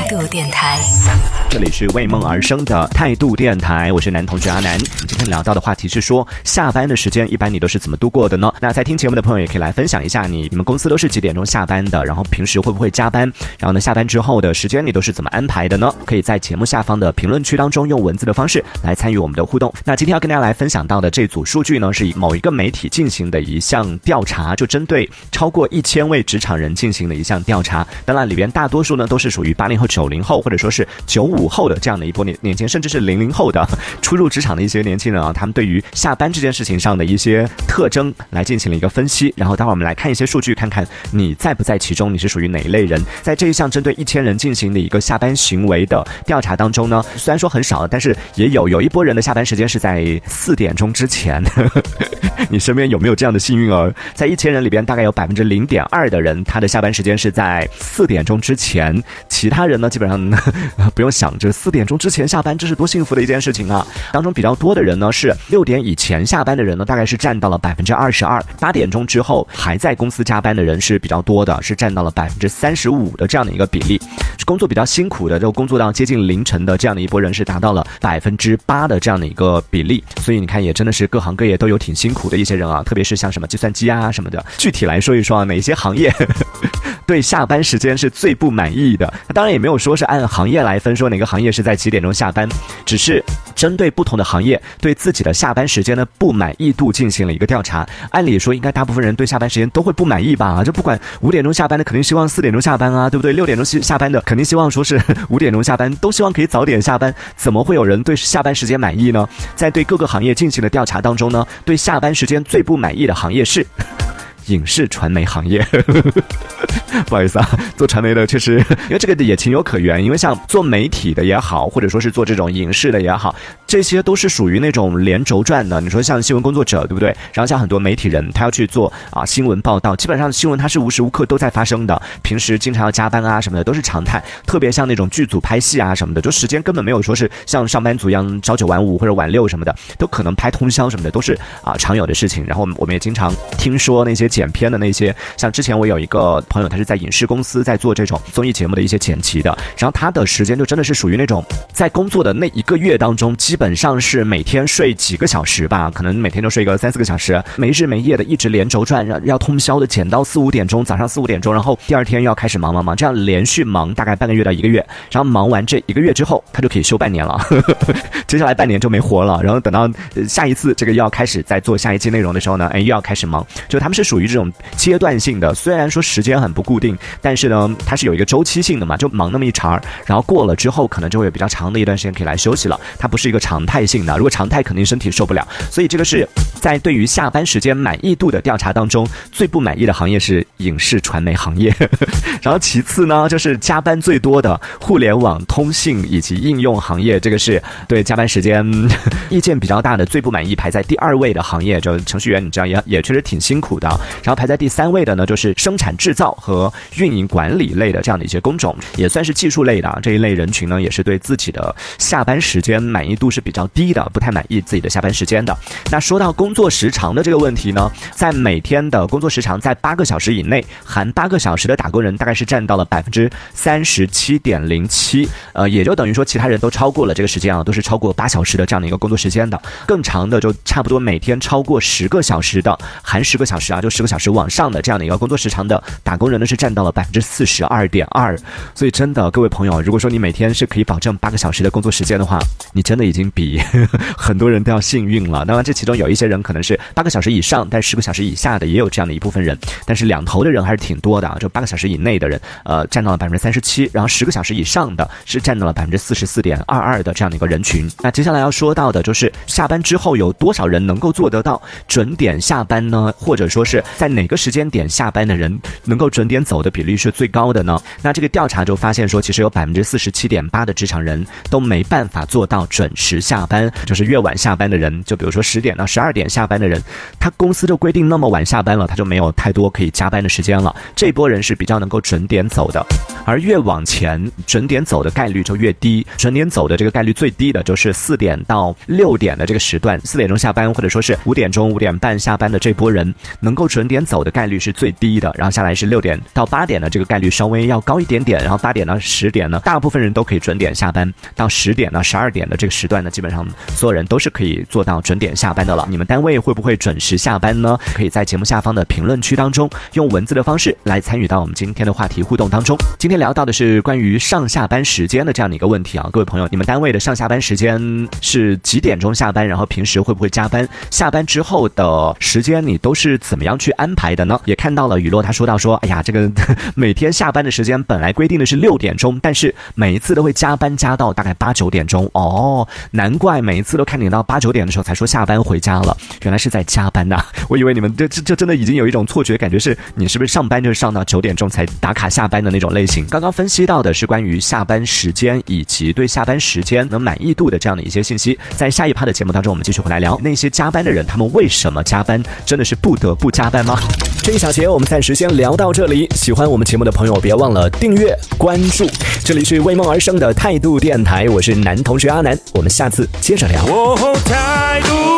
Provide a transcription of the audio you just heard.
度电台， 这里是为梦而生的态度电台，我是男同学阿南。今天聊到的话题是说，下班的时间一般你都是怎么度过的呢？那在听节目的朋友也可以来分享一下你们公司都是几点钟下班的，然后平时会不会加班，然后呢下班之后的时间你都是怎么安排的呢？可以在节目下方的评论区当中用文字的方式来参与我们的互动。那今天要跟大家来分享到的这组数据呢，是以某一个媒体进行的一项调查，就针对超过1000位职场人进行的一项调查。当然里边大多数呢都是属于80后、90后或者说是95后的这样的一波年轻，甚至是00后的初入职场的一些年轻人啊，他们对于下班这件事情上的一些特征来进行了一个分析。然后待会儿我们来看一些数据，看看你在不在其中，你是属于哪一类人。在这一项针对1000人进行的一个下班行为的调查当中呢，虽然说很少，但是也有一波人的下班时间是在4点钟之前你身边有没有这样的幸运儿？在1000人里边大概有0.2%的人他的下班时间是在4点钟之前，其他人呢基本上不用想着4点钟之前下班，这是多幸福的一件事情啊。当中比较多的人呢是6点以前下班的人呢，大概是占到了22%，8点钟之后还在公司加班的人是比较多的，是占到了35%的这样的一个比例。工作比较辛苦的，就工作到接近凌晨的这样的一波人是达到了8%的这样的一个比例。所以你看也真的是各行各业都有挺辛苦的一些人啊，特别是像什么计算机啊什么的。具体来说一说啊，哪些行业对下班时间是最不满意的？当然也没有说是按行业来分，说哪个行业是在几点钟下班，只是针对不同的行业对自己的下班时间的不满意度进行了一个调查。按理说应该大部分人对下班时间都会不满意吧，就不管5点钟下班的肯定希望4点钟下班啊，对不对？6点钟下班的肯定希望说是5点钟下班，都希望可以早点下班，怎么会有人对下班时间满意呢？在对各个行业进行的调查当中呢，对下班时间最不满意的行业是影视传媒行业不好意思啊，做传媒的确实，因为这个也情有可原，因为像做媒体的也好，或者说是做这种影视的也好，这些都是属于那种连轴转的。你说像新闻工作者，对不对？然后像很多媒体人，他要去做新闻报道，基本上新闻它是无时无刻都在发生的，平时经常要加班啊什么的都是常态。特别像那种剧组拍戏啊什么的，就时间根本没有说是像上班族一样朝9晚5或者晚6什么的，都可能拍通宵什么的，都是常有的事情。然后我们也经常听说那些剪片的那些，像之前我有一个朋友，他是在影视公司在做这种综艺节目的一些剪辑的，然后他的时间就真的是属于那种在工作的那1个月当中，基本上是每天睡几个小时吧，可能每天都睡个3-4个小时，没日没夜的一直连轴转，要通宵的剪到4-5点钟，早上4-5点钟，然后第二天又要开始忙，这样连续忙大概半个月到1个月，然后忙完这1个月之后，他就可以休半年了接下来半年就没活了，然后等到下一次这个又要开始再做下一期内容的时候呢，又要开始忙，就他们是属于这种阶段性的，虽然说时间很不固定，但是呢它是有一个周期性的嘛，就忙那么一茬，然后过了之后可能就会有比较长的一段时间可以来休息了，它不是一个常态性的，如果常态肯定身体受不了。所以这个是在对于下班时间满意度的调查当中，最不满意的行业是影视传媒行业然后其次呢就是加班最多的互联网通信以及应用行业，这个是对加班时间意见比较大的，最不满意排在第2位的行业，就程序员，你知道也确实挺辛苦的。然后排在第3位的呢就是生产制造和运营管理类的这样的一些工种，也算是技术类的这一类人群呢，也是对自己的下班时间满意度是比较低的，不太满意自己的下班时间的。那说到工作时长的这个问题呢，在每天的工作时长在8个小时以内，含8个小时的打工人大概是占到了37.07%，也就等于说其他人都超过了这个时间啊，都是超过8小时的这样的一个工作时间的。更长的就差不多每天超过10个小时的，含10个小时啊，就10个小时往上的这样的一个工作时长的打工人呢，是占到了42.2%。所以真的各位朋友，如果说你每天是可以保证8个小时的工作时间的话，你真的已经比很多人都要幸运了。当然这其中有一些人可能是8个小时以上，但10个小时以下的也有这样的一部分人，但是两头的人还是挺多的啊，就8个小时以内的人占到了37%，然后10个小时以上的是占到了44.22%的这样的一个人群。那接下来要说到的就是下班之后有多少人能够做得到准点下班呢？或者说是在哪个时间点下班的人能够准点走的比例是最高的呢？那这个调查就发现说，其实有47.8%的职场人都没办法做到准时下班，就是越晚下班的人，就比如说10点到12点下班的人，他公司就规定那么晚下班了，他就没有太多可以加班的时间了，这波人是比较能够准点走的。而越往前准点走的概率就越低，准点走的这个概率最低的就是4点到6点的这个时段，4点钟下班或者说是5点钟5点半下班的这波人，能够准准点走的概率是最低的，然后下来是6点到8点的这个概率稍微要高一点点，然后8点到10点呢，大部分人都可以准点下班，到10点到12点的这个时段呢，基本上所有人都是可以做到准点下班的了。你们单位会不会准时下班呢？可以在节目下方的评论区当中用文字的方式来参与到我们今天的话题互动当中。今天聊到的是关于上下班时间的这样的一个问题啊，各位朋友，你们单位的上下班时间是几点钟下班？然后平时会不会加班？下班之后的时间你都是怎么样去安排的呢？也看到了雨落他说到说，哎呀，这个每天下班的时间本来规定的是6点钟，但是每一次都会加班加到大概8、9点钟哦，难怪每一次都看你到8、9点的时候才说下班回家了，原来是在加班呐！我以为你们这真的已经有一种错觉，感觉是你是不是上班就是上到9点钟才打卡下班的那种类型。刚刚分析到的是关于下班时间以及对下班时间能满意度的这样的一些信息。在下一趴的节目当中，我们继续回来聊那些加班的人，他们为什么加班？真的是不得不加班吗？这一小节我们暂时先聊到这里。喜欢我们节目的朋友，别忘了订阅关注。这里是为梦而生的态度电台，我是男同学阿南，我们下次接着聊。态度